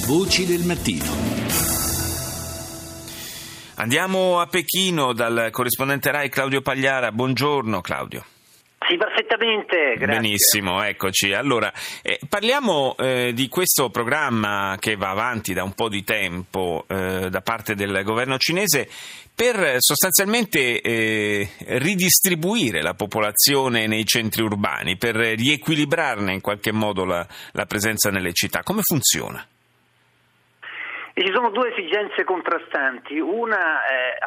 Voci del mattino. Andiamo a Pechino dal corrispondente Rai Claudio Pagliara. Buongiorno Claudio. Sì, perfettamente, grazie. Benissimo, eccoci. Allora, parliamo di questo programma che va avanti da un po' di tempo da parte del governo cinese per sostanzialmente ridistribuire la popolazione nei centri urbani, per riequilibrarne in qualche modo la presenza nelle città. Come funziona? E ci sono due esigenze contrastanti, una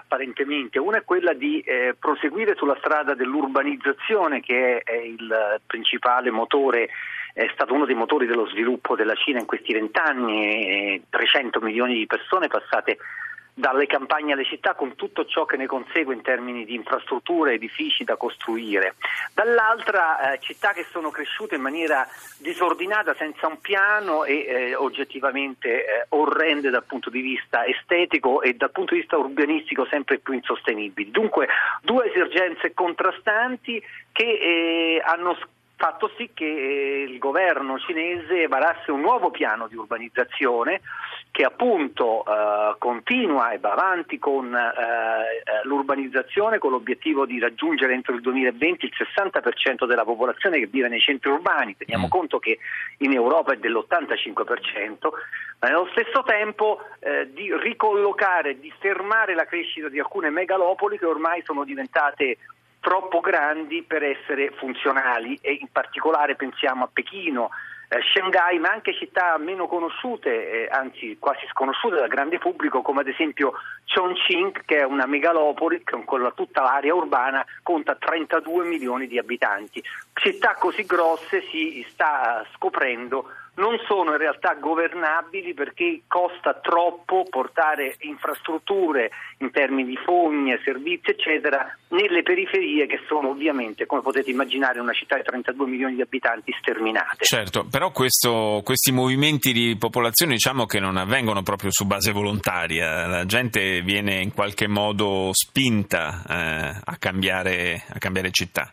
è quella di proseguire sulla strada dell'urbanizzazione, che è il principale motore, è stato uno dei motori dello sviluppo della Cina in questi 20 anni, 300 milioni di persone passate dalle campagne alle città, con tutto ciò che ne consegue in termini di infrastrutture, edifici da costruire. Dall'altra città che sono cresciute in maniera disordinata, senza un piano e oggettivamente orrende dal punto di vista estetico e dal punto di vista urbanistico sempre più insostenibili. Dunque due esigenze contrastanti che hanno fatto sì che il governo cinese varasse un nuovo piano di urbanizzazione che appunto continua e va avanti con l'urbanizzazione, con l'obiettivo di raggiungere entro il 2020 il 60% della popolazione che vive nei centri urbani. Teniamo conto che in Europa è dell'85%, ma nello stesso tempo di ricollocare, di fermare la crescita di alcune megalopoli che ormai sono diventate troppo grandi per essere funzionali, e in particolare pensiamo a Pechino, Shanghai, ma anche città meno conosciute, anzi quasi sconosciute dal grande pubblico, come ad esempio Chongqing, che è una megalopoli che con tutta l'area urbana conta 32 milioni di abitanti. Città così grosse, si sta scoprendo, non sono in realtà governabili perché costa troppo portare infrastrutture in termini di fogne, servizi eccetera nelle periferie, che sono ovviamente, come potete immaginare, una città di 32 milioni di abitanti sterminate. Certo, però questi movimenti di popolazione diciamo che non avvengono proprio su base volontaria, la gente viene in qualche modo spinta a cambiare città.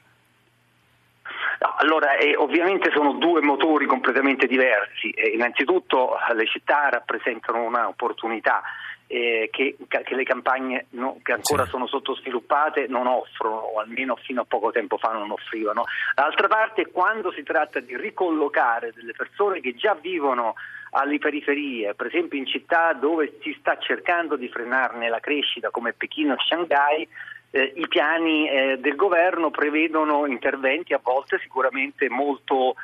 Allora, ovviamente sono due motori completamente diversi. Innanzitutto le città rappresentano un'opportunità che le campagne che ancora sono sottosviluppate non offrono, o almeno fino a poco tempo fa non offrivano. D'altra parte, quando si tratta di ricollocare delle persone che già vivono alle periferie, per esempio in città dove si sta cercando di frenarne la crescita come Pechino e Shanghai, i piani del governo prevedono interventi a volte sicuramente molto,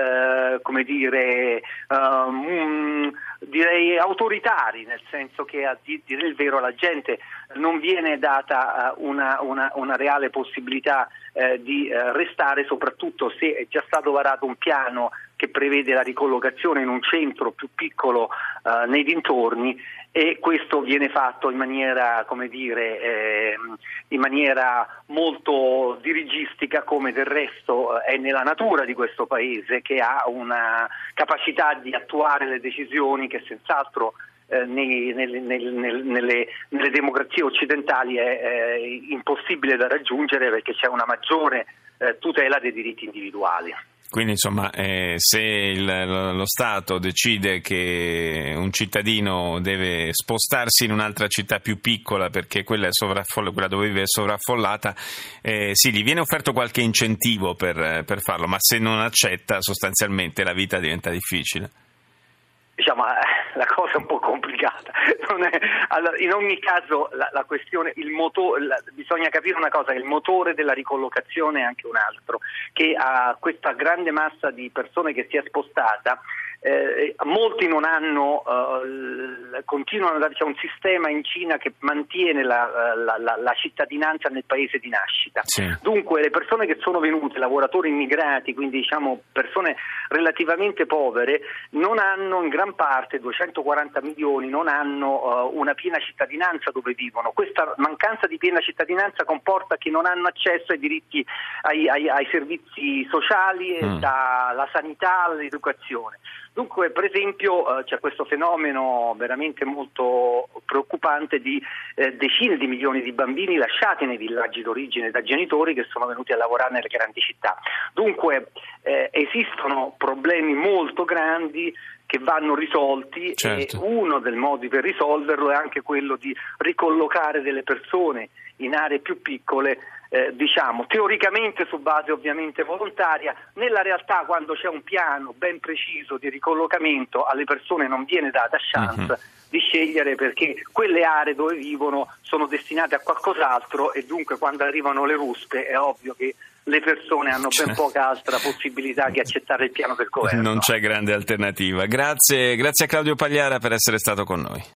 direi autoritari, nel senso che a dire il vero alla gente non viene data una reale possibilità di restare, soprattutto se è già stato varato un piano che prevede la ricollocazione in un centro più piccolo nei dintorni, e questo viene fatto in maniera, in maniera molto dirigistica, come del resto è nella natura di questo paese, che ha una capacità di attuare le decisioni che senz'altro nelle democrazie occidentali è impossibile da raggiungere, perché c'è una maggiore tutela dei diritti individuali. Quindi insomma se lo Stato decide che un cittadino deve spostarsi in un'altra città più piccola perché quella dove vive è sovraffollata, sì, gli viene offerto qualche incentivo per farlo, ma se non accetta sostanzialmente la vita diventa difficile. Diciamo, la cosa è un po' complicata. Allora, in ogni caso la questione, bisogna capire una cosa, che il motore della ricollocazione è anche un altro, che a questa grande massa di persone che si è spostata, molti non hanno, continuano ad avere, c'è un sistema in Cina che mantiene la cittadinanza nel paese di nascita. Sì. Dunque le persone che sono venute, lavoratori immigrati, quindi diciamo persone relativamente povere, non hanno in gran parte, 240 milioni, non hanno una piena cittadinanza dove vivono. Questa mancanza di piena cittadinanza comporta che non hanno accesso ai diritti, ai servizi sociali, dalla sanità all'educazione. Dunque, per esempio, c'è questo fenomeno veramente molto preoccupante di decine di milioni di bambini lasciati nei villaggi d'origine da genitori che sono venuti a lavorare nelle grandi città. Dunque, esistono problemi molto grandi che vanno risolti, certo. E uno dei modi per risolverlo è anche quello di ricollocare delle persone in aree più piccole, teoricamente su base ovviamente volontaria. Nella realtà, quando c'è un piano ben preciso di ricollocamento, alle persone non viene data chance di scegliere, perché quelle aree dove vivono sono destinate a qualcos'altro, e dunque quando arrivano le ruspe è ovvio che le persone hanno ben poca altra possibilità che accettare il piano del governo. Non c'è grande alternativa. Grazie a Claudio Pagliara per essere stato con noi.